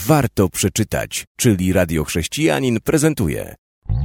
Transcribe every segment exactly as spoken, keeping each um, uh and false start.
warto przeczytać, czyli Radio Chrześcijanin prezentuje.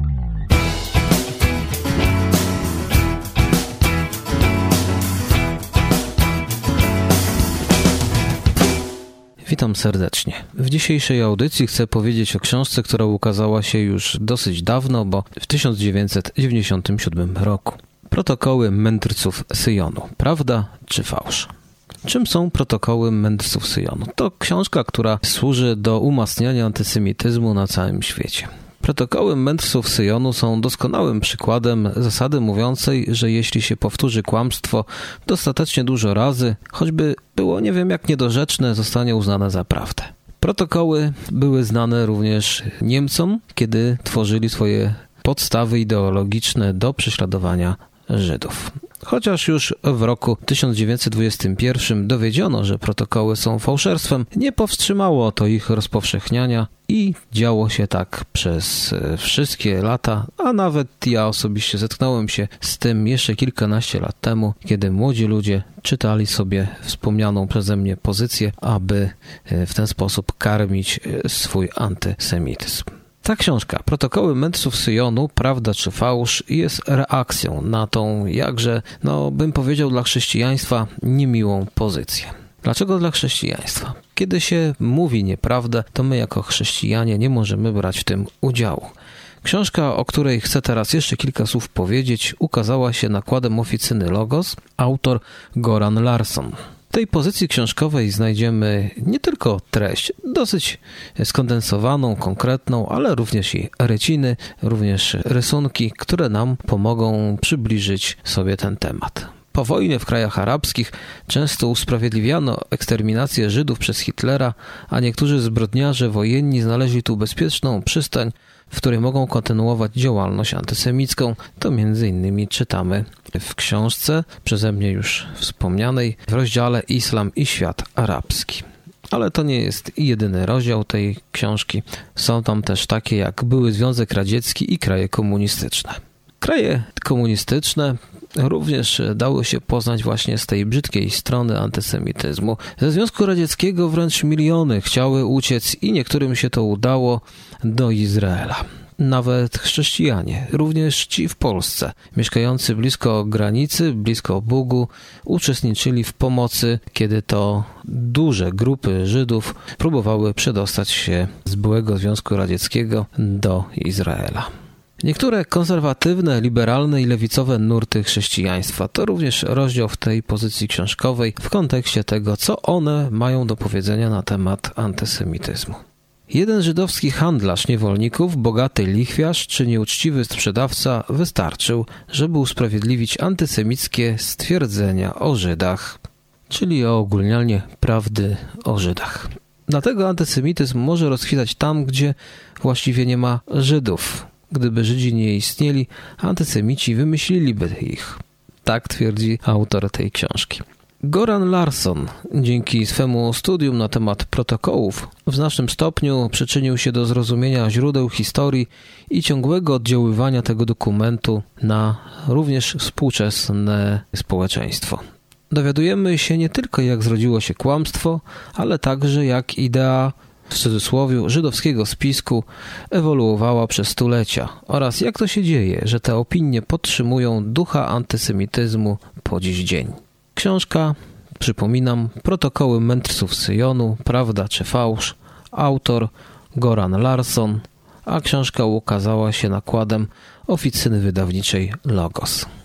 Witam serdecznie. W dzisiejszej audycji chcę powiedzieć o książce, która ukazała się już dosyć dawno, bo w tysiąc dziewięćset dziewięćdziesiątym siódmym roku. Protokoły mędrców Syjonu. Prawda czy fałsz? Czym są protokoły mędrców Syjonu? To książka, która służy do umacniania antysemityzmu na całym świecie. Protokoły mędrców Syjonu są doskonałym przykładem zasady mówiącej, że jeśli się powtórzy kłamstwo dostatecznie dużo razy, choćby było nie wiem jak niedorzeczne, zostanie uznane za prawdę. Protokoły były znane również Niemcom, kiedy tworzyli swoje podstawy ideologiczne do prześladowania Żydów. Chociaż już w roku tysiąc dziewięćset dwudziestym pierwszym dowiedziono, że protokoły są fałszerstwem, nie powstrzymało to ich rozpowszechniania i działo się tak przez wszystkie lata, a nawet ja osobiście zetknąłem się z tym jeszcze kilkanaście lat temu, kiedy młodzi ludzie czytali sobie wspomnianą przeze mnie pozycję, aby w ten sposób karmić swój antysemityzm. Ta książka, Protokoły mędrców Syjonu, prawda czy fałsz, jest reakcją na tą jakże, no bym powiedział dla chrześcijaństwa, niemiłą pozycję. Dlaczego dla chrześcijaństwa? Kiedy się mówi nieprawdę, to my jako chrześcijanie nie możemy brać w tym udziału. Książka, o której chcę teraz jeszcze kilka słów powiedzieć, ukazała się nakładem oficyny Logos, autor Goran Larsson. W tej pozycji książkowej znajdziemy nie tylko treść, dosyć skondensowaną, konkretną, ale również i ryciny, również rysunki, które nam pomogą przybliżyć sobie ten temat. Po wojnie w krajach arabskich często usprawiedliwiano eksterminację Żydów przez Hitlera, a niektórzy zbrodniarze wojenni znaleźli tu bezpieczną przystań, w której mogą kontynuować działalność antysemicką. To między innymi czytamy w książce przeze mnie już wspomnianej w rozdziale Islam i świat arabski. Ale to nie jest jedyny rozdział tej książki. Są tam też takie jak były Związek Radziecki i kraje komunistyczne. Kraje komunistyczne również dały się poznać właśnie z tej brzydkiej strony antysemityzmu. Ze Związku Radzieckiego wręcz miliony chciały uciec i niektórym się to udało do Izraela. Nawet chrześcijanie, również ci w Polsce, mieszkający blisko granicy, blisko Bugu, uczestniczyli w pomocy, kiedy to duże grupy Żydów próbowały przedostać się z byłego Związku Radzieckiego do Izraela. Niektóre konserwatywne, liberalne i lewicowe nurty chrześcijaństwa to również rozdział w tej pozycji książkowej w kontekście tego, co one mają do powiedzenia na temat antysemityzmu. Jeden żydowski handlarz niewolników, bogaty lichwiarz czy nieuczciwy sprzedawca wystarczył, żeby usprawiedliwić antysemickie stwierdzenia o Żydach, czyli o ogólnianie prawdy o Żydach. Dlatego antysemityzm może rozkwitać tam, gdzie właściwie nie ma Żydów. Gdyby Żydzi nie istnieli, antysemici wymyśliliby ich. Tak twierdzi autor tej książki. Goran Larsson dzięki swemu studium na temat protokołów w znacznym stopniu przyczynił się do zrozumienia źródeł historii i ciągłego oddziaływania tego dokumentu na również współczesne społeczeństwo. Dowiadujemy się nie tylko, jak zrodziło się kłamstwo, ale także jak idea, w cudzysłowie, żydowskiego spisku ewoluowała przez stulecia oraz jak to się dzieje, że te opinie podtrzymują ducha antysemityzmu po dziś dzień. Książka, przypominam, Protokoły mędrców Syjonu, prawda czy fałsz, autor Goran Larsson, a książka ukazała się nakładem oficyny wydawniczej Logos.